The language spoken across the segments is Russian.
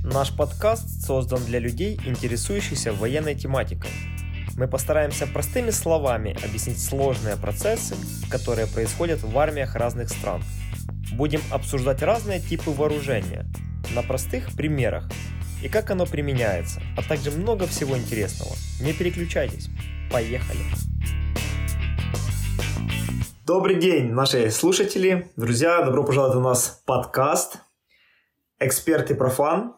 Наш подкаст создан для людей, интересующихся военной тематикой. Мы постараемся простыми словами объяснить сложные процессы, которые происходят в армиях разных стран. Будем обсуждать разные типы вооружения на простых примерах и как оно применяется, а также много всего интересного. Не переключайтесь. Поехали! Добрый день, наши слушатели, друзья, добро пожаловать у нас подкаст «Эксперт и профан».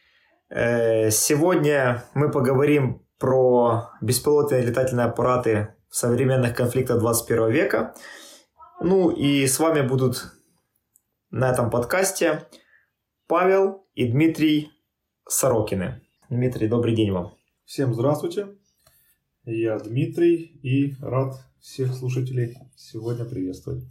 Сегодня мы поговорим про беспилотные летательные аппараты в современных конфликтах 21 века. Ну и с вами будут на этом подкасте Павел и Дмитрий Сорокины. Дмитрий, добрый день вам. Всем здравствуйте. Я Дмитрий и рад всех слушателей сегодня приветствовать.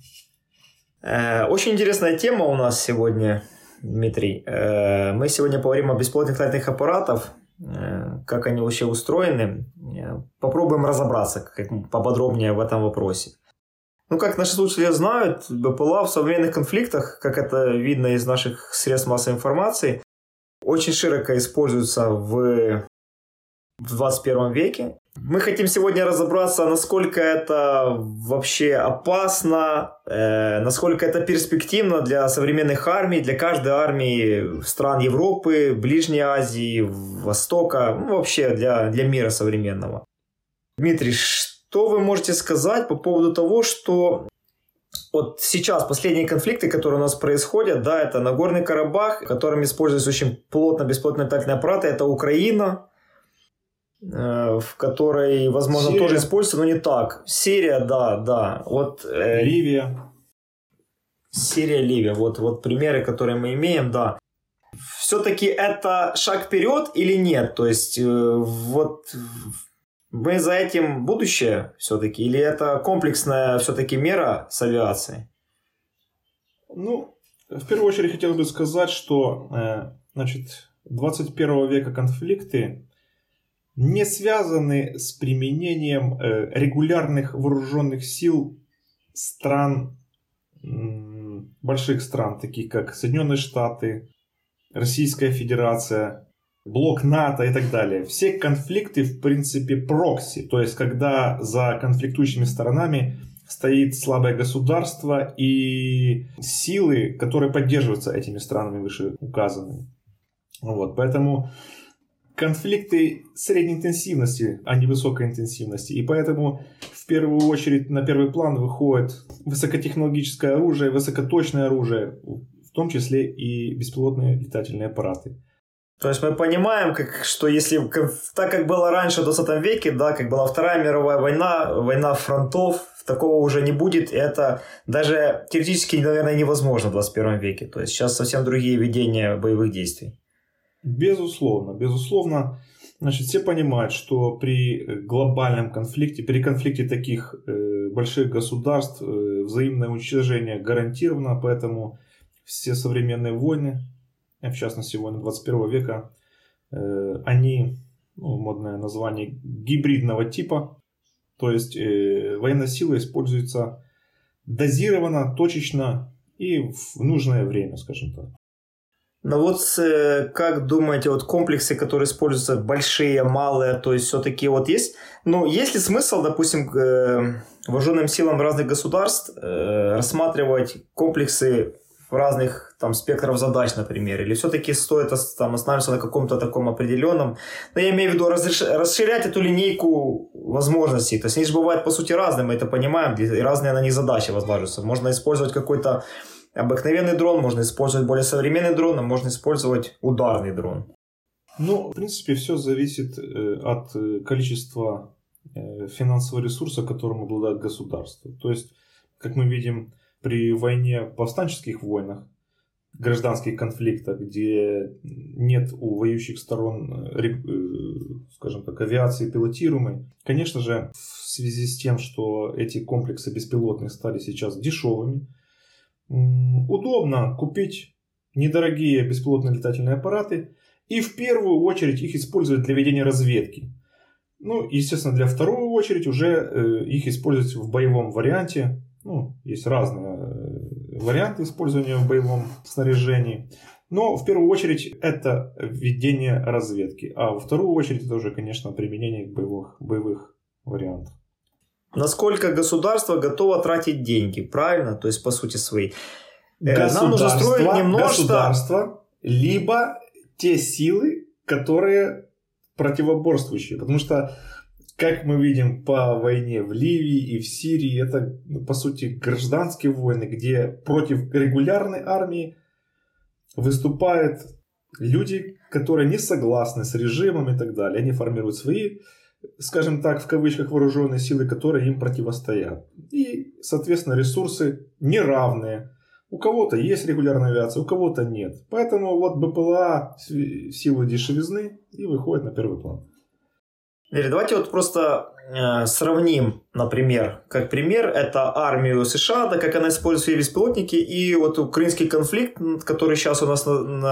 Очень интересная тема у нас сегодня, Дмитрий. Мы сегодня поговорим о беспилотных летательных аппаратах, как они вообще устроены. Попробуем разобраться поподробнее в этом вопросе. Ну, как наши слушатели знают, БПЛА в современных конфликтах, как это видно из наших средств массовой информации, очень широко используются в 21 веке. Мы хотим сегодня разобраться, насколько это вообще опасно, насколько это перспективно для современных армий, для каждой армии стран Европы, Ближней Азии, Востока, ну, вообще для мира современного. Дмитрий, что вы можете сказать по поводу того, что вот сейчас последние конфликты, которые у нас происходят, да, это Нагорный Карабах, в котором используются очень плотно беспилотные летательные аппараты, это Украина, в которой, возможно, Сирия. тоже используется, но не так. Сирия, да. Вот, Ливия. Сирия, Ливия. Вот примеры, которые мы имеем, да. Все-таки это шаг вперед или нет? То есть, вот мы за этим будущее все-таки? Или это комплексная все-таки мера с авиацией? Ну, в первую очередь хотел бы сказать, что 21 века конфликты не связаны с применением регулярных вооруженных сил стран, больших стран, таких как Соединенные Штаты, Российская Федерация, блок НАТО и так далее. Все конфликты, в принципе, прокси, то есть когда за конфликтующими сторонами стоит слабое государство и силы, которые поддерживаются этими странами вышеуказанными. Вот, поэтому конфликты средней интенсивности, а не высокой интенсивности. И поэтому в первую очередь на первый план выходит высокотехнологическое оружие, высокоточное оружие, в том числе и беспилотные летательные аппараты. То есть мы понимаем, что если так как было раньше в 20 веке, да, как была Вторая мировая война, война фронтов, такого уже не будет. И это даже теоретически, наверное, невозможно в 21 веке. То есть сейчас совсем другие ведения боевых действий. Безусловно, значит, все понимают, что при глобальном конфликте, при конфликте таких больших государств взаимное уничтожение гарантировано, поэтому все современные войны, в частности войны 21 века, они, модное название, гибридного типа, то есть военная сила используется дозированно, точечно и в нужное время, скажем так. Но вот как думаете, вот комплексы, которые используются, большие, малые, то есть все-таки вот есть, есть ли смысл, допустим, вооруженным силам разных государств рассматривать комплексы разных там спектров задач, например, или все-таки стоит там останавливаться на каком-то таком определенном, но я имею в виду расширять эту линейку возможностей, то есть они же бывают по сути разные, мы это понимаем, и разные на них задачи возлагаются, можно использовать какой-то обыкновенный дрон, можно использовать более современный дрон, а можно использовать ударный дрон. В принципе, все зависит от количества финансового ресурса, которым обладает государство. То есть, как мы видим, при войне, повстанческих войнах, гражданских конфликтах, где нет у воюющих сторон, скажем так, авиации пилотируемой, конечно же, в связи с тем, что эти комплексы беспилотных стали сейчас дешевыми, удобно купить недорогие беспилотные летательные аппараты и в первую очередь их использовать для ведения разведки. Естественно, для вторую очередь уже их использовать в боевом варианте. Есть разные варианты использования в боевом снаряжении. Но в первую очередь это введение разведки, а во вторую очередь это уже, конечно, применение боевых вариантов. Насколько государство готово тратить деньги, правильно? То есть, по сути, свои. Нам нужно строить немножко... Государство, либо те силы, которые противоборствующие. Потому что, как мы видим по войне в Ливии и в Сирии, это, по сути, гражданские войны, где против регулярной армии выступают люди, которые не согласны с режимом и так далее. Они формируют свои, скажем так, в кавычках, вооруженные силы, которые им противостоят. И, соответственно, ресурсы неравные. У кого-то есть регулярная авиация, у кого-то нет. Поэтому вот БПЛА в силу дешевизны и выходит на первый план. Давайте вот просто сравним, например, как пример, это армию США, да, как она использует свои беспилотники, и вот украинский конфликт, который сейчас у нас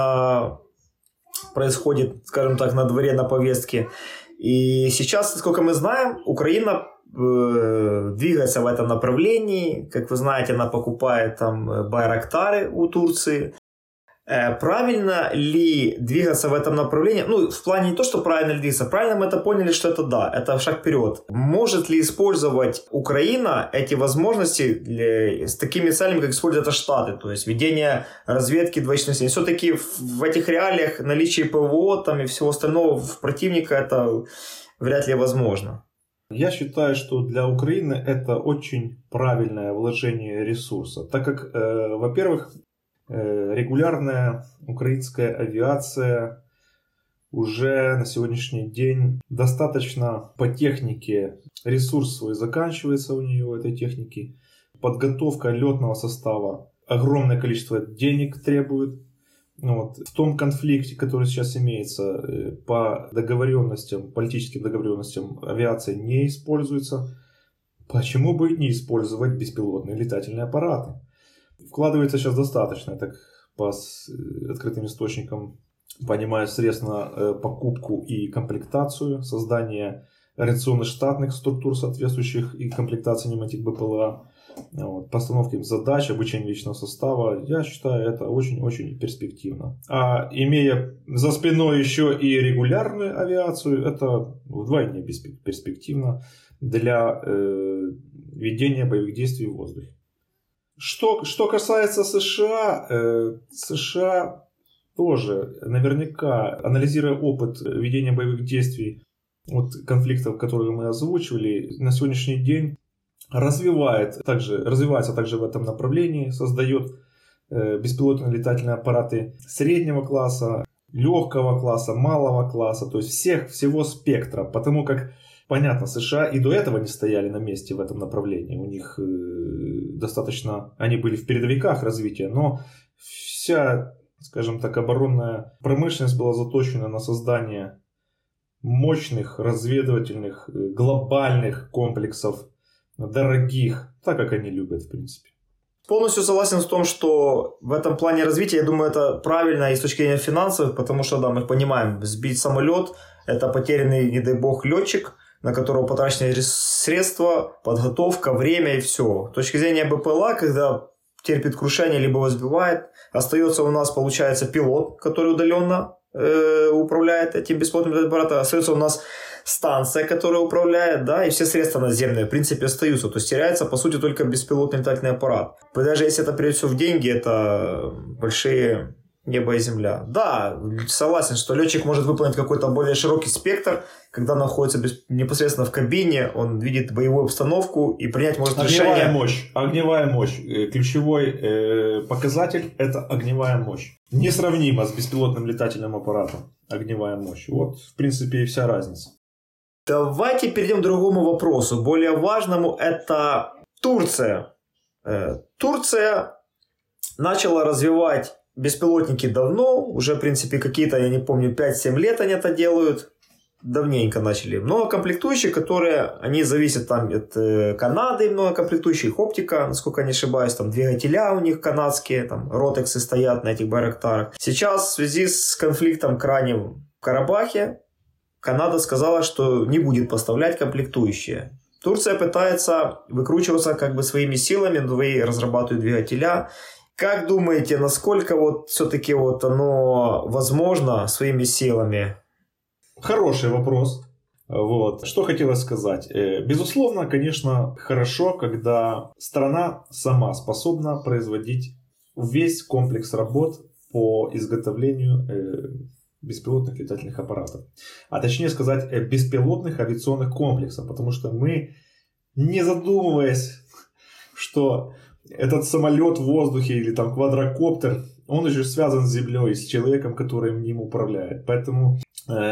происходит, скажем так, на дворе, на повестке. И сейчас, насколько мы знаем, Украина двигается в этом направлении. Как вы знаете, она покупает там байрактары у Турции. Правильно ли двигаться в этом направлении? Ну, в плане не то, что правильно ли двигаться. Правильно мы это поняли, что это да, это шаг вперед. Может ли использовать Украина эти возможности с такими целями, как используют это Штаты? То есть ведение разведки двоичной силы. Все-таки в этих реалиях наличие ПВО там, и всего остального в противника это вряд ли возможно. Я считаю, что для Украины это очень правильное вложение ресурса. Так как, во-первых, регулярная украинская авиация уже на сегодняшний день достаточно по технике, ресурс свой заканчивается у нее, этой техники. Подготовка летного состава огромное количество денег требует. Вот. В том конфликте, который сейчас имеется, по договоренностям, политическим договоренностям авиация не используется. Почему бы не использовать беспилотные летательные аппараты? Вкладывается сейчас достаточно, так по открытым источникам понимаю, средств на покупку и комплектацию, создание организационных штатных структур, соответствующих и комплектации этих БПЛА, вот, постановки задач, обучение личного состава. Я считаю, это очень-очень перспективно. А имея за спиной еще и регулярную авиацию, это вдвойне перспективно для ведения боевых действий в воздухе. Что касается США, США тоже наверняка, анализируя опыт ведения боевых действий, вот конфликтов, которые мы озвучивали, на сегодняшний день развивается также в этом направлении, создает беспилотные летательные аппараты среднего класса, легкого класса, малого класса, то есть всего спектра, потому как понятно, США и до этого не стояли на месте в этом направлении. У них достаточно... Они были в передовиках развития, но вся, скажем так, оборонная промышленность была заточена на создание мощных разведывательных, глобальных комплексов, дорогих, так как они любят, в принципе. Полностью согласен в том, что в этом плане развития, я думаю, это правильно и с точки зрения финансовых, потому что, да, мы понимаем, сбить самолет – это потерянный, не дай бог, летчик, на которого потрачены средства, подготовка, время и все. С точки зрения БПЛА, когда терпит крушение, либо его сбивает, остается у нас, получается, пилот, который удаленно управляет этим беспилотным аппаратом, остается у нас станция, которая управляет, да, и все средства наземные, в принципе, остаются. То есть теряется, по сути, только беспилотный летательный аппарат. Даже если это придет все в деньги, это большие небо и земля. Да, согласен, что летчик может выполнить какой-то более широкий спектр, когда находится непосредственно в кабине, он видит боевую обстановку и принять может решение. Огневая мощь. Ключевой показатель – это огневая мощь. Несравнимо с беспилотным летательным аппаратом. Огневая мощь. Вот, в принципе, и вся разница. Давайте перейдем к другому вопросу, более важному. Это Турция. Турция начала развивать беспилотники давно, уже, в принципе, какие-то, я не помню, 5-7 лет они это делают. Давненько начали. Много комплектующих, которые, они зависят там от Канады, много комплектующих, оптика, насколько я не ошибаюсь, там двигателя у них канадские, там ротексы стоят на этих байрактарах. Сейчас в связи с конфликтом крайним в Карабахе, Канада сказала, что не будет поставлять комплектующие. Турция пытается выкручиваться как бы своими силами, разрабатывает двигателя. Как думаете, насколько вот все-таки вот оно возможно своими силами? Хороший вопрос. Вот. Что хотелось сказать. Безусловно, конечно, хорошо, когда страна сама способна производить весь комплекс работ по изготовлению беспилотных летательных аппаратов. А точнее сказать, беспилотных авиационных комплексов. Потому что мы, не задумываясь, что этот самолет в воздухе или там квадрокоптер, он уже связан с Землей, с человеком, который им управляет. Поэтому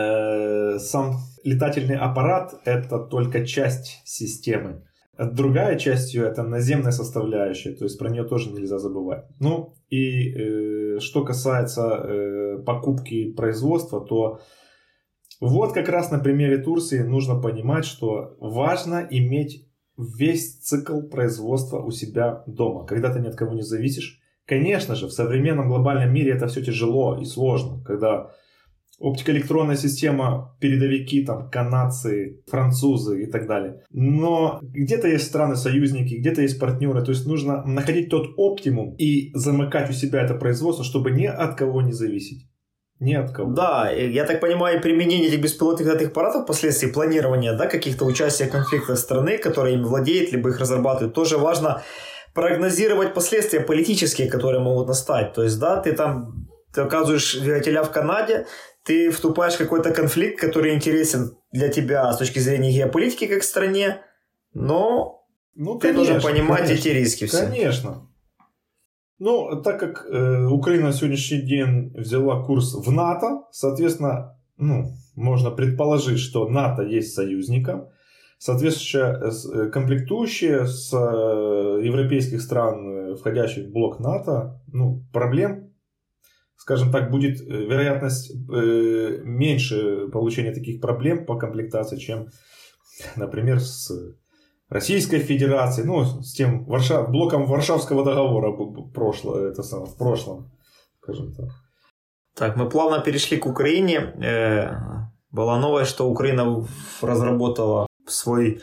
сам летательный аппарат – это только часть системы. Другая часть ее – это наземная составляющая, то есть про нее тоже нельзя забывать. Ну и что касается покупки и производства, то вот как раз на примере Турции нужно понимать, что важно иметь весь цикл производства у себя дома, когда ты ни от кого не зависишь. Конечно же, в современном глобальном мире это все тяжело и сложно, когда оптико-электронная система, передовики, там, канадцы, французы и так далее. Но где-то есть страны-союзники, где-то есть партнеры. То есть нужно находить тот оптимум и замыкать у себя это производство, чтобы ни от кого не зависеть. Ни от кого. Да, я так понимаю, применение этих беспилотных летательных аппаратов впоследствии планирования, да, каких-то участия конфликта страны, которая им владеет, либо их разрабатывает, тоже важно прогнозировать последствия политические, которые могут настать. То есть, да, ты оказываешь двигателя в Канаде, ты вступаешь в какой-то конфликт, который интересен для тебя с точки зрения геополитики как стране, но ты должен понимать эти риски все. Конечно. Ну, так как Украина на сегодняшний день взяла курс в НАТО, соответственно, можно предположить, что НАТО есть союзником. Соответствующие комплектующие с европейских стран, входящих в блок НАТО, проблем, скажем так, будет вероятность меньше получения таких проблем по комплектации, чем, например, с Российской Федерацией, с тем блоком Варшавского договора в прошлом, скажем так. Так, мы плавно перешли к Украине. Была новость, что Украина разработала свой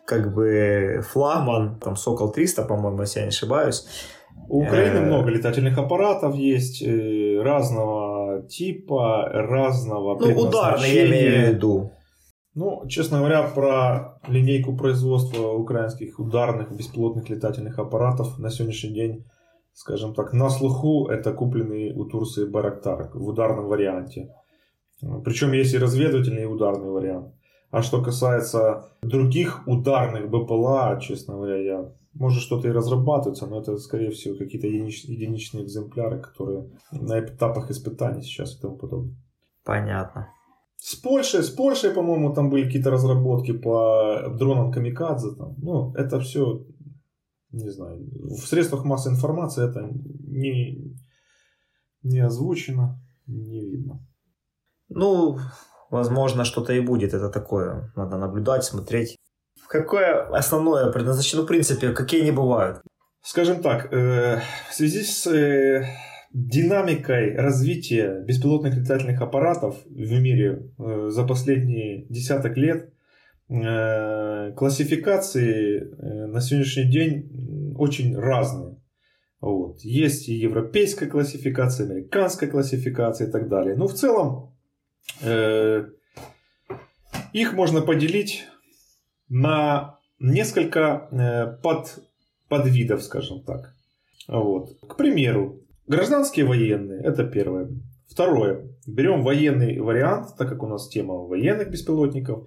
флагман, там Сокол-300, по-моему, если я не ошибаюсь. У Украины много летательных аппаратов есть разного типа, разного предназначения. Ударные, я имею в виду. Честно говоря, про линейку производства украинских ударных беспилотных летательных аппаратов на сегодняшний день, скажем так, на слуху это купленный у Турции Байрактар в ударном варианте. Причем есть и разведывательный, и ударный вариант. А что касается других ударных БПЛА, честно говоря, может что-то и разрабатывается, но это, скорее всего, какие-то единичные экземпляры, которые на этапах испытаний сейчас и тому подобное. Понятно. С Польшей, по-моему, там были какие-то разработки по дронам камикадзе. Это все, не знаю, в средствах массовой информации это не озвучено, не видно. Возможно, что-то и будет. Это такое. Надо наблюдать, смотреть. Какое основное предназначение? В принципе, какие они бывают? Скажем так, в связи с динамикой развития беспилотных летательных аппаратов в мире за последние десяток лет, классификации на сегодняшний день очень разные. Есть и европейская классификация, американская классификация и так далее. Но в целом их можно поделить на несколько подвидов, скажем так. К примеру, гражданские военные – это первое. Второе. Берем военный вариант, так как у нас тема военных беспилотников.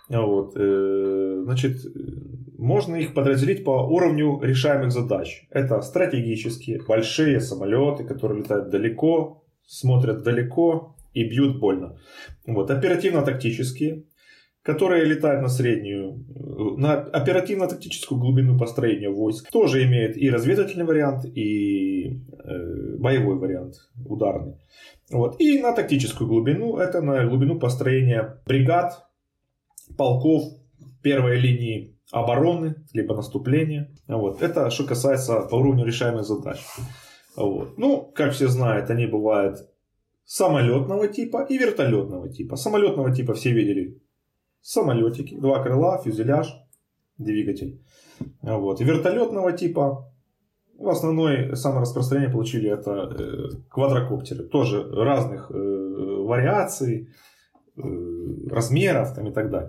Можно их подразделить по уровню решаемых задач. Это стратегические, большие самолеты, которые летают далеко, смотрят далеко и бьют больно. Оперативно-тактические, которые летают на оперативно-тактическую глубину построения войск. Тоже имеют и разведывательный вариант, и боевой вариант, ударный. И на тактическую глубину, это на глубину построения бригад, полков, первой линии обороны, либо наступления. Это что касается по уровню решаемых задач. Как все знают, они бывают самолетного типа и вертолетного типа. Самолетного типа все видели. Самолетики, 2 крыла, фюзеляж, двигатель. И вертолетного типа в основной самое распространение получили это квадрокоптеры. Тоже разных вариаций, размеров там, и так далее.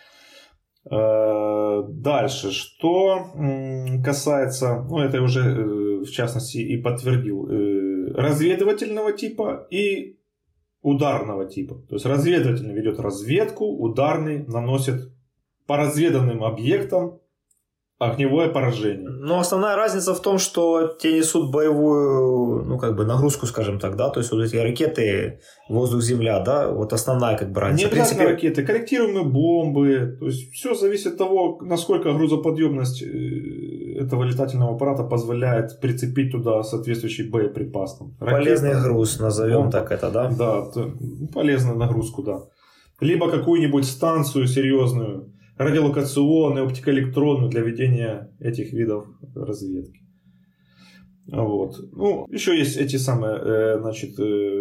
Дальше, что касается, ну это я уже в частности и подтвердил, разведывательного типа и ударного типа. То есть разведывательный ведет разведку, ударный наносит по разведанным объектам огневое поражение. Но основная разница в том, что те несут боевую, ну, как бы нагрузку, скажем так, да, то есть вот эти ракеты воздух-земля, да, вот основная как бы разница. Не обязательно ракеты, корректируемые бомбы, то есть все зависит от того, насколько грузоподъемность этого летательного аппарата позволяет прицепить туда соответствующий боеприпас. Полезный груз, назовем так это, да? Да, полезную нагрузку, да. Либо какую-нибудь станцию серьезную, радиолокационную, оптикоэлектронную для ведения этих видов разведки. Вот. Ну, еще есть эти самые, значит,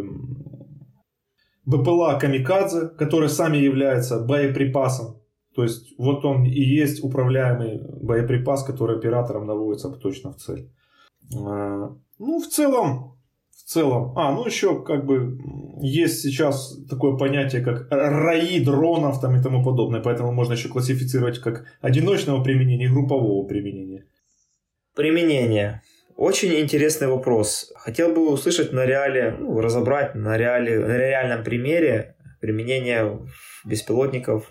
БПЛА «Камикадзе», которые сами являются боеприпасом. То есть, вот он и есть управляемый боеприпас, который оператором наводится точно в цель. Ну, в целом, ну еще как бы есть сейчас такое понятие, как раи дронов там и тому подобное, поэтому можно еще классифицировать как одиночного применения и группового применения. Применение. Очень интересный вопрос. Хотел бы услышать на реале, ну, разобрать на реальном примере применения беспилотников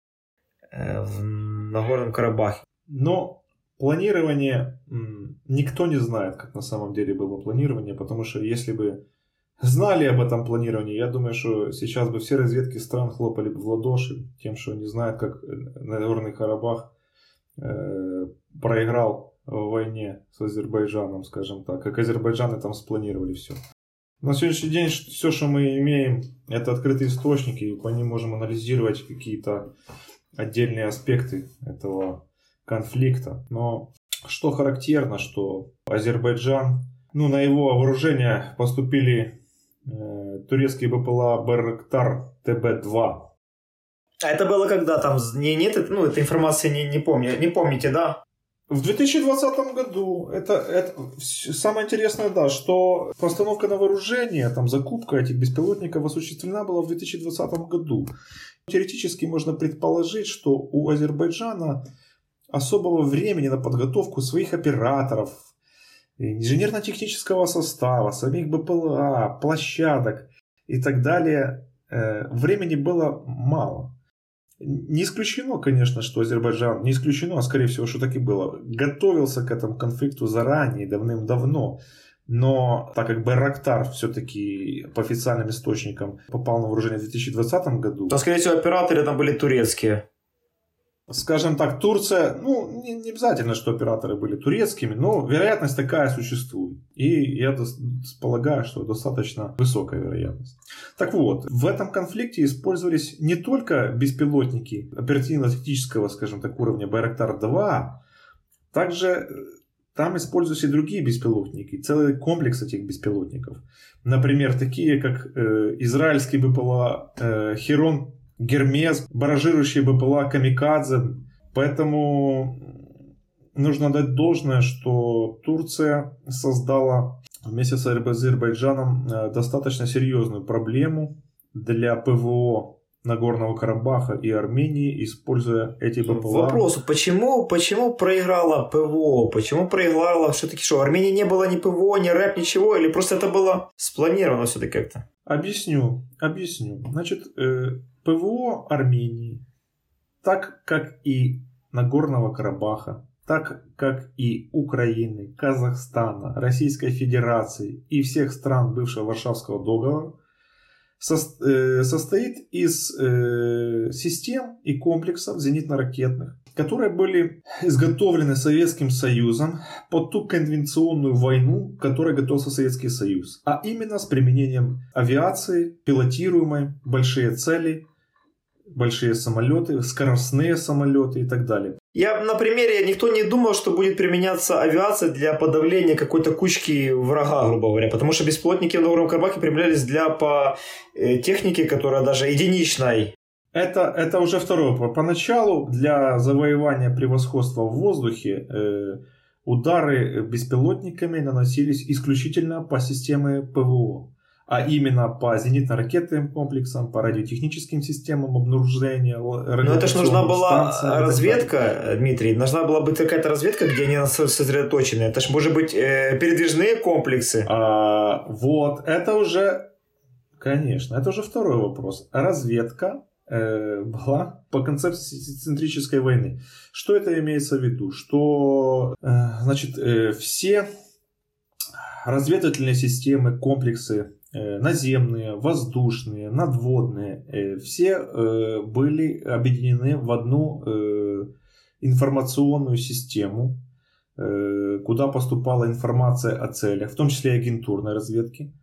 в Нагорном Карабахе. Но планирование, никто не знает, как на самом деле было планирование, потому что если бы знали об этом планировании, я думаю, что сейчас бы все разведки стран хлопали бы в ладоши тем, что они знают, как Нагорный Карабах проиграл в войне с Азербайджаном, скажем так, как азербайджаны там спланировали все. На сегодняшний день все, что мы имеем, это открытые источники, и по ним можем анализировать какие-то отдельные аспекты этого конфликта. Но что характерно, что Азербайджан, ну, на его вооружение поступили турецкие БПЛА Байрактар ТБ-2. А это было когда там? Нет, ну, этой информации не помните, да? В 2020 году, это самое интересное, да, что постановка на вооружение, там, закупка этих беспилотников осуществлена была в 2020 году. Теоретически можно предположить, что у Азербайджана особого времени на подготовку своих операторов, инженерно-технического состава, самих БПЛА, площадок и так далее, времени было мало. Не исключено, конечно, что Азербайджан, не исключено, а скорее всего, что так и было, готовился к этому конфликту заранее, давным-давно. Но так как Байрактар все-таки по официальным источникам попал на вооружение в 2020 году... То, скорее всего, операторы там были турецкие. Скажем так, Турция, ну, не обязательно, что операторы были турецкими, но вероятность такая существует. И я полагаю, что достаточно высокая вероятность. Так вот, в этом конфликте использовались не только беспилотники оперативно-тактического, скажем так, уровня Байрактар-2, также там используются и другие беспилотники, целый комплекс этих беспилотников. Например, такие как израильский БПЛА Херон, Гермес, баражирующие БПЛА Камикадзе. Поэтому нужно дать должное, что Турция создала вместе с Азербайджаном достаточно серьезную проблему для ПВО Нагорного Карабаха и Армении, используя эти БПЛА. Вопрос, почему проиграла ПВО? Почему проиграла все-таки что? В Армении не было ни ПВО, ни РЭП, ничего? Или просто это было спланировано все-таки как-то? Объясню. Значит, ПВО Армении, так как и Нагорного Карабаха, так как и Украины, Казахстана, Российской Федерации и всех стран бывшего Варшавского договора, состоит из систем и комплексов зенитно-ракетных, которые были изготовлены Советским Союзом под ту конвенционную войну, к которой готовился Советский Союз, а именно с применением авиации, пилотируемой, большие цели, большие самолеты, скоростные самолеты и так далее. Я на примере, никто не думал, что будет применяться авиация для подавления какой-то кучки врага, грубо говоря, потому что беспилотники в Нагорном Карабахе применялись по технике, которая даже единичной. Это уже второе. Поначалу для завоевания превосходства в воздухе удары беспилотниками наносились исключительно по системе ПВО. А именно по зенитно-ракетным комплексам, по радиотехническим системам обнаружения. Но это же нужна была разведка, Дмитрий. Должна была быть какая-то разведка, где они сосредоточены. Это же, может быть, передвижные комплексы. Вот, это уже, конечно, это уже второй вопрос. Разведка была по концепции центрической войны. Что это имеется в виду? Что, значит, все разведывательные системы, комплексы, наземные, воздушные, надводные, все были объединены в одну информационную систему, куда поступала информация о целях, в том числе и агентурной разведки.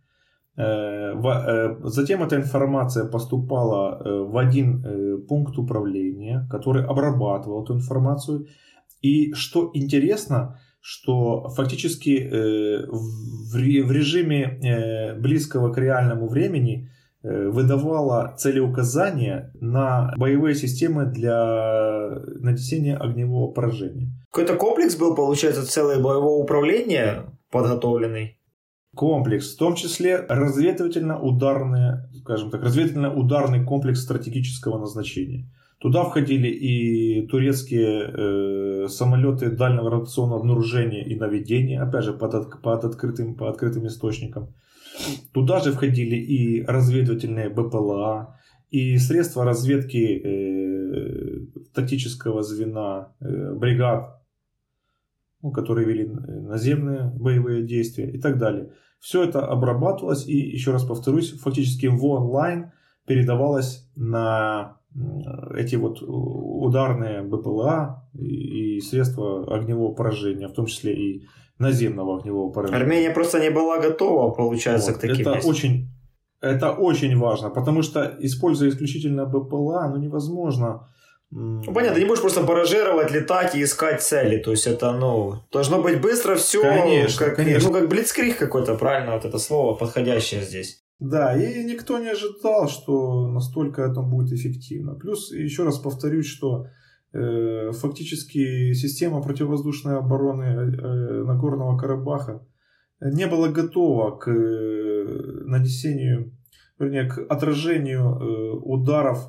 Затем эта информация поступала в один пункт управления, который обрабатывал эту информацию. И что интересно, что фактически в режиме близкого к реальному времени выдавала целеуказания на боевые системы для нанесения огневого поражения. Какой-то комплекс был, получается, целое боевое управление подготовленный? Комплекс, в том числе разведывательно-ударный комплекс стратегического назначения. Туда входили и турецкие самолеты дальнего ротационного обнаружения и наведения, опять же под открытым источником. Туда же входили и разведывательные БПЛА, и средства разведки тактического звена бригад, которые вели наземные боевые действия и так далее. Все это обрабатывалось и, еще раз повторюсь, фактически в онлайн передавалось на эти вот ударные БПЛА и средства огневого поражения, в том числе и наземного огневого поражения. Армения просто не была готова, получается, к таким действиям. Это очень важно, потому что, используя исключительно БПЛА, невозможно. Понятно, не будешь просто баражировать, летать и искать цели. То есть это, должно быть быстро все. Конечно, конечно. Как блицкриг какой-то, правильно, вот это слово подходящее здесь. Да, и никто не ожидал, что настолько это будет эффективно. Плюс, еще раз повторюсь, что фактически система противовоздушной обороны Нагорного Карабаха не была готова к нанесению, к отражению ударов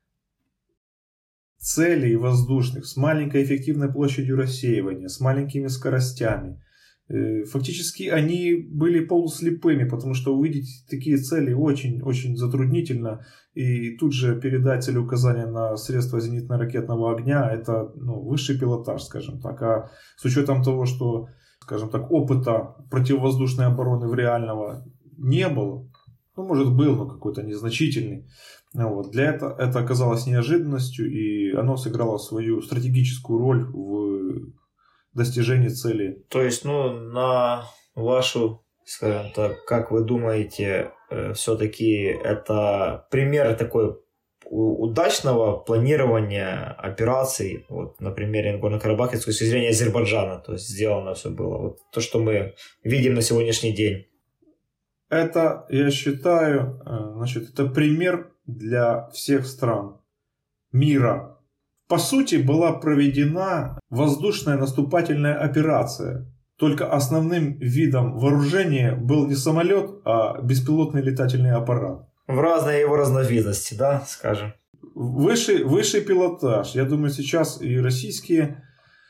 целей воздушных с маленькой эффективной площадью рассеивания, с маленькими скоростями. Фактически они были полуслепыми, потому что увидеть такие цели очень-очень затруднительно. И тут же передать целеуказания на средства зенитно-ракетного огня — это высший пилотаж, скажем так. А с учетом того, что, скажем так, опыта противовоздушной обороны в реального не было, может был, но какой-то незначительный. Для этого это оказалось неожиданностью, и оно сыграло свою стратегическую роль в достижении цели. То есть, на вашу, скажем так, как вы думаете, все-таки это пример такой удачного планирования операций, на примере Нагорного Карабаха, с точки зрения Азербайджана, то есть сделано все было. То, что мы видим на сегодняшний день. Это, я считаю, это пример для всех стран мира. По сути, была проведена воздушная наступательная операция. Только основным видом вооружения был не самолет, а беспилотный летательный аппарат. В разные его разновидности, да, скажем. Высший пилотаж. Я думаю, сейчас и российские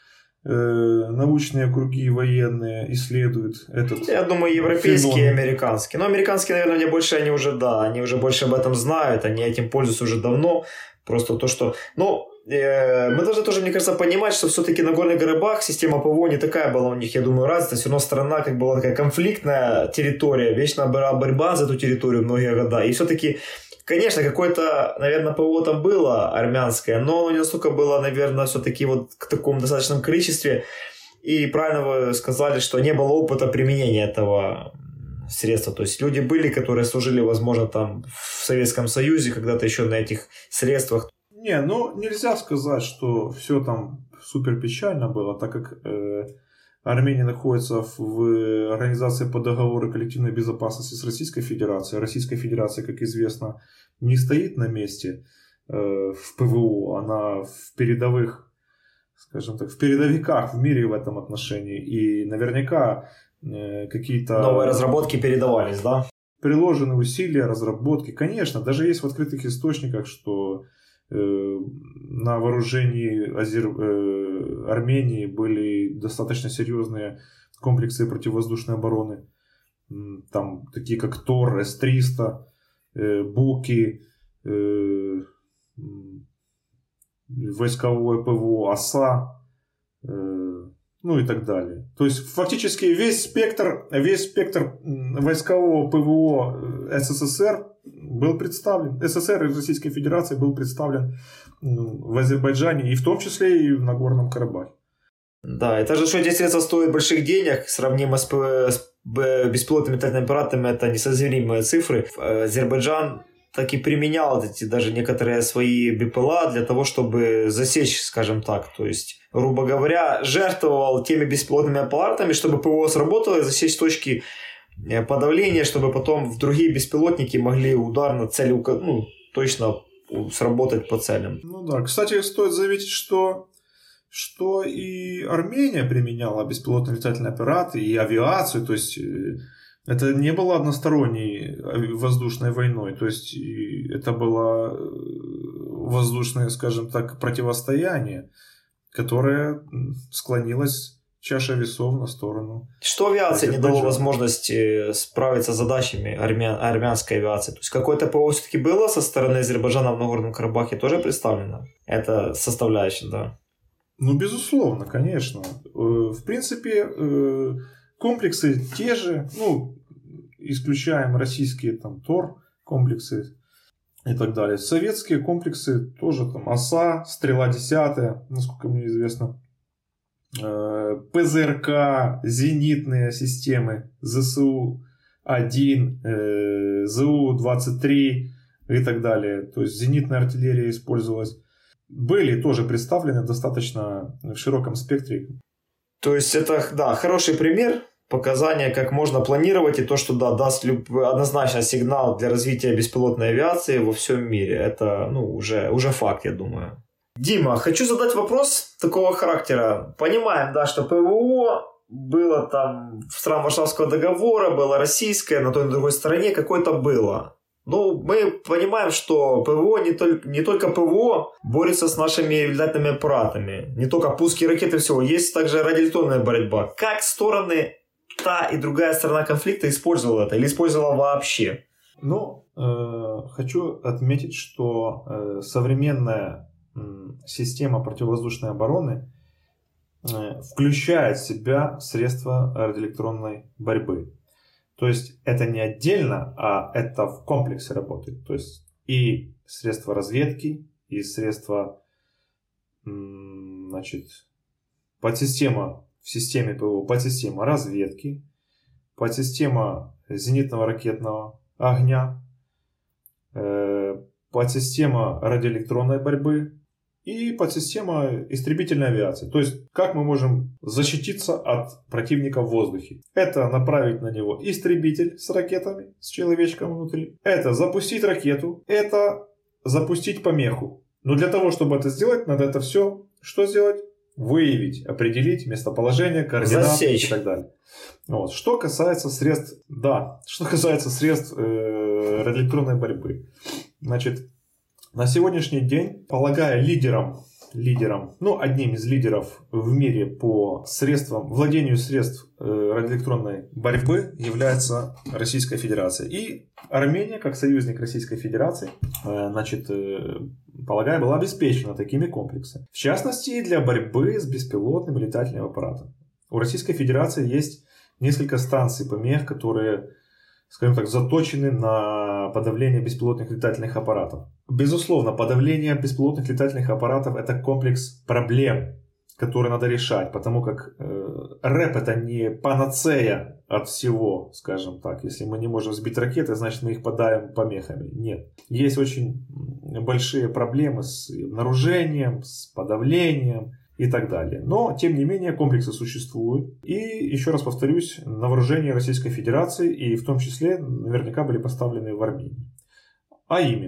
научные круги военные исследуют этот Я думаю, европейские и американские. Но американские, наверное, они уже больше об этом знают, они этим пользуются уже давно. Просто то, что... мы должны тоже, мне кажется, понимать, что все-таки Нагорный Карабах, система ПВО не такая была у них, я думаю, развита. Все равно страна была такая конфликтная территория, вечно была борьба за эту территорию многие года. И все-таки, конечно, какое-то, наверное, ПВО там было армянское, но оно не настолько было, наверное, все-таки к такому достаточном количестве. И правильно вы сказали, что не было опыта применения этого средства. То есть люди были, которые служили, возможно, там в Советском Союзе, когда-то еще на этих средствах. Нельзя сказать, что все там супер печально было, так как Армения находится в организации по договору коллективной безопасности с Российской Федерацией. Российская Федерация, как известно, не стоит на месте в ПВО, она в передовых, скажем так, в передовиках в мире в этом отношении. И наверняка какие-то... Новые разработки передавались, да? Приложены усилия, разработки. Конечно, даже есть в открытых источниках, что на вооружении Армении были достаточно серьезные комплексы противовоздушной обороны. Там такие как ТОР, С-300, Буки, войсковое ПВО, ОСА, ну и так далее. То есть фактически весь спектр войскового ПВО СССР был представлен, СССР и Российской Федерации был представлен в Азербайджане, и в том числе и в Нагорном Карабахе. Да, это же что эти средства стоят больших денег, сравнимо с беспилотными летательными аппаратами, это несоизмеримые цифры. Азербайджан так и применял эти даже некоторые свои БПЛА для того, чтобы засечь, скажем так, то есть, грубо говоря, жертвовал теми беспилотными аппаратами, чтобы ПВО сработало и засечь точки подавления, чтобы потом другие беспилотники могли ударно цели, точно сработать по целям. Ну да, кстати, стоит заметить, что и Армения применяла беспилотные летательные аппараты и авиацию, то есть это не было односторонней воздушной войной, то есть это было воздушное, скажем так, противостояние, которое склонилось чаша весов на сторону. Что авиация не дало возможности справиться с задачами армянской авиации? То есть какое-то ПВО все-таки было со стороны Азербайджана в Нагорном Карабахе тоже представлено? Это составляющая, да? Ну, безусловно, конечно. В принципе, комплексы те же, исключаем российские там ТОР комплексы и так далее. Советские комплексы тоже там ОСА, Стрела-10, насколько мне известно. ПЗРК, зенитные системы, ЗСУ-1, ЗУ-23 и так далее. То есть зенитная артиллерия использовалась. Были тоже представлены достаточно в широком спектре. То есть это, да, хороший пример, показания, как можно планировать, и то, что, да, даст однозначно сигнал для развития беспилотной авиации во всем мире. Это, уже факт, я думаю. Дима, хочу задать вопрос такого характера. Понимаем, да, что ПВО было там в странах Варшавского договора, было российское, на той и на другой стороне какое-то было. Мы понимаем, что ПВО не только ПВО борется с нашими летательными аппаратами, не только пуски ракет и всего, есть также радиоэлектронная борьба. Как стороны, та и другая сторона конфликта использовала это или использовала вообще? Хочу отметить, что современная система противовоздушной обороны включает в себя средства радиоэлектронной борьбы. То есть это не отдельно, а это в комплексе работает. То есть и средства разведки, и средства, подсистема в системе ПВО, подсистема разведки, подсистема зенитного ракетного огня, подсистема радиоэлектронной борьбы и подсистема истребительной авиации. То есть, как мы можем защититься от противника в воздухе? Это направить на него истребитель с ракетами, с человечком внутри. Это запустить ракету. Это запустить помеху. Но для того, чтобы это сделать, надо это все что сделать? Выявить, определить местоположение, координаты засечь. И так далее. Что касается средств, радиоэлектронной борьбы. На сегодняшний день, полагая одним из лидеров в мире по владению средств радиоэлектронной борьбы является Российская Федерация. И Армения, как союзник Российской Федерации, полагаю, была обеспечена такими комплексами. В частности, для борьбы с беспилотным летательным аппаратом. У Российской Федерации есть несколько станций помех, которые, скажем так, заточены на подавление беспилотных летательных аппаратов. Безусловно, подавление беспилотных летательных аппаратов – это комплекс проблем, которые надо решать, потому как РЭП – это не панацея от всего, скажем так. Если мы не можем сбить ракеты, значит, мы их подавим помехами. Нет. Есть очень большие проблемы с обнаружением, с подавлением и так далее. Но, тем не менее, комплексы существуют. И, еще раз повторюсь, на вооружении Российской Федерации, и в том числе, наверняка были поставлены в Армении. А именно,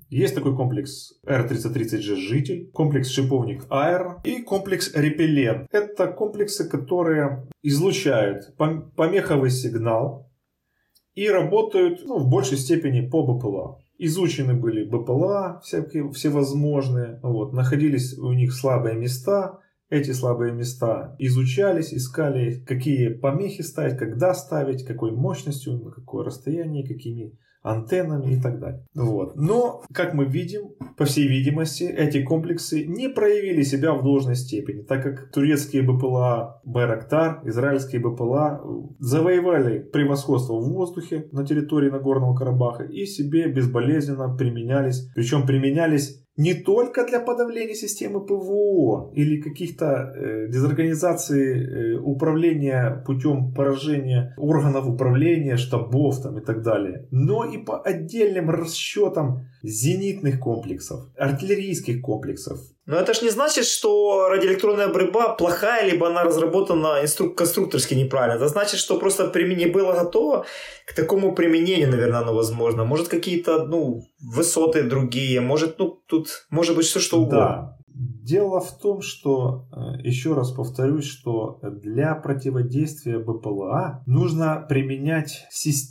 Есть такой комплекс Р-330G «Житель», комплекс «Шиповник Аэр» и комплекс «Репеллент». Это комплексы, которые излучают помеховый сигнал и работают в большей степени по БПЛА. Изучены были БПЛА всевозможные, находились у них слабые места. Эти слабые места изучались, искали, какие помехи ставить, когда ставить, какой мощностью, на какое расстояние, какими антеннами и так далее. Но, как мы видим, по всей видимости, эти комплексы не проявили себя в должной степени, так как турецкие БПЛА Байрактар, израильские БПЛА завоевали превосходство в воздухе на территории Нагорного Карабаха и себе безболезненно применялись, причем применялись не только для подавления системы ПВО или каких-то дезорганизации управления путем поражения органов управления, штабов и так далее, но и по отдельным расчетам зенитных комплексов, артиллерийских комплексов. Но это же не значит, что радиоэлектронная борьба плохая, либо она разработана конструкторски неправильно. Это значит, что просто применение было готово к такому применению, наверное, оно возможно. Может, какие-то, высоты другие, может, тут может быть все что угодно. Да. Дело в том, что, еще раз повторюсь, что для противодействия БПЛА нужно применять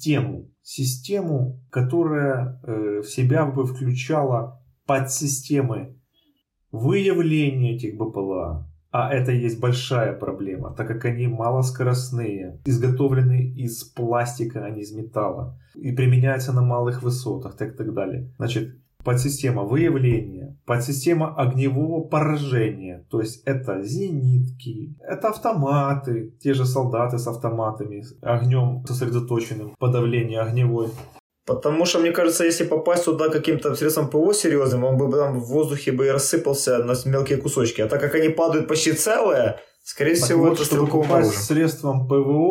систему, которая в себя бы включала подсистемы выявления этих БПЛА. А это есть большая проблема, так как они малоскоростные, изготовлены из пластика, а не из металла, и применяются на малых высотах и так далее. Значит, подсистема выявления, подсистема огневого поражения, то есть это зенитки, это автоматы, те же солдаты с автоматами, огнем сосредоточенным, подавление огневой. Потому что, мне кажется, если попасть туда каким-то средством ПВО серьезным, он бы там в воздухе бы и рассыпался на мелкие кусочки. А так как они падают почти целые, скорее всего, это стрелковым оружием. Средством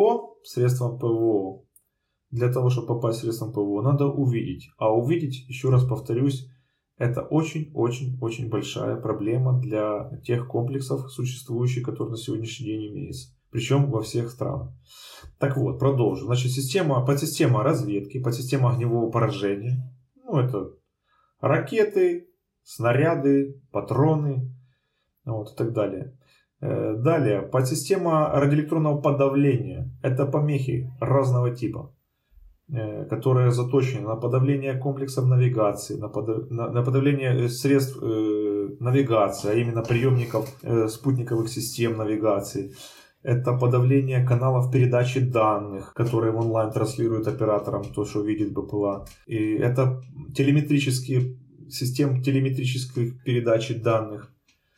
ПВО, для того, чтобы попасть средством ПВО, надо увидеть. А увидеть, еще раз повторюсь, это очень-очень-очень большая проблема для тех комплексов существующих, которые на сегодняшний день имеются. Причем во всех странах. Так вот, продолжим. Значит, подсистема разведки, подсистема огневого поражения. Это ракеты, снаряды, патроны и так далее. Далее, подсистема радиоэлектронного подавления. Это помехи разного типа, которые заточены на подавление комплексов навигации, на подавление средств навигации, а именно приемников спутниковых систем навигации. Это подавление каналов передачи данных, которые в онлайн транслируют операторам то, что видит БПЛА. И это системы телеметрической передачи данных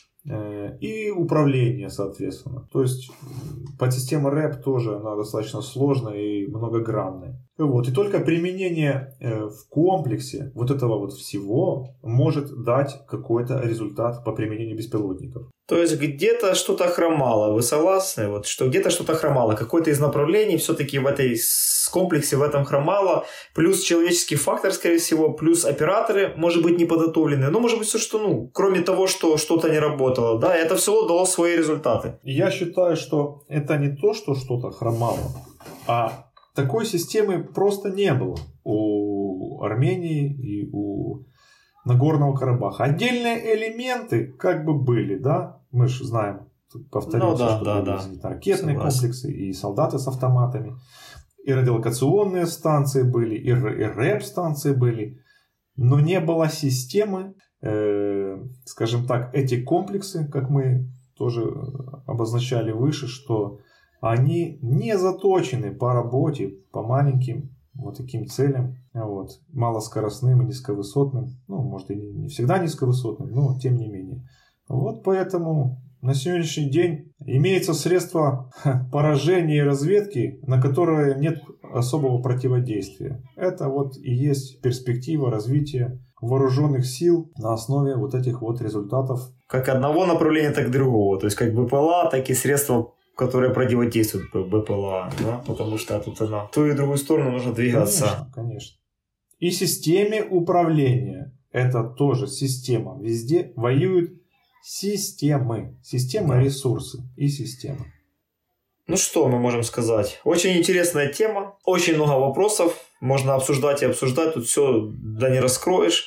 и управление, соответственно. То есть подсистема РЭП тоже она достаточно сложная и многогранная. И только применение в комплексе этого всего может дать какой-то результат по применению беспилотников. То есть где-то что-то хромало, вы согласны? Что где-то что-то хромало, какое-то из направлений все-таки в этой комплексе в этом хромало, плюс человеческий фактор, скорее всего, плюс операторы, может быть, не подготовлены, может быть, все, что, кроме того, что что-то не работало, да, это все дало свои результаты. Я считаю, что это не то, что что-то хромало, а такой системы просто не было у Армении и у Нагорного Карабаха. Отдельные элементы были, да, мы же знаем, повторюсь, что ракетные комплексы и солдаты с автоматами, и радиолокационные станции были, и РЭП-станции были, но не было системы, скажем так, эти комплексы, как мы тоже обозначали выше, что они не заточены по работе, по маленьким таким целям, малоскоростным и низковысотным, может и не всегда низковысотным, но тем не менее. Поэтому на сегодняшний день имеются средства поражения и разведки, на которые нет особого противодействия. Это и есть перспектива развития вооруженных сил на основе этих результатов. Как одного направления, так и другого. То есть как БПЛА, так и средства, которые противодействуют БПЛА. Да? Потому что тут в ту и другую сторону нужно двигаться. Конечно. И системе управления. Это тоже система. Везде воюют системы. Ресурсы и системы. Что мы можем сказать? Очень интересная тема. Очень много вопросов. Можно обсуждать и обсуждать. Тут все не раскроешь.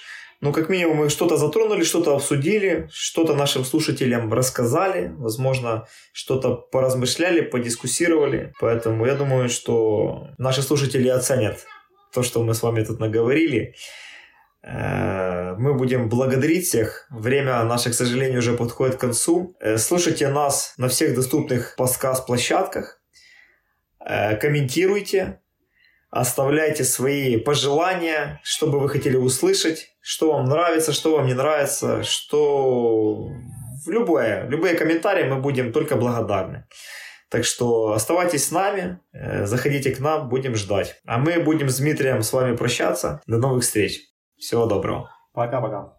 Ну, как минимум, мы что-то затронули, что-то обсудили, что-то нашим слушателям рассказали, возможно, что-то поразмышляли, подискуссировали. Поэтому я думаю, что наши слушатели оценят то, что мы с вами тут наговорили. Мы будем благодарить всех. Время наше, к сожалению, уже подходит к концу. Слушайте нас на всех доступных подкаст-площадках. Комментируйте. Оставляйте свои пожелания, что бы вы хотели услышать, что вам нравится, что вам не нравится, что... Любые комментарии мы будем только благодарны. Так что оставайтесь с нами, заходите к нам, будем ждать. А мы будем с Дмитрием с вами прощаться. До новых встреч. Всего доброго. Пока-пока.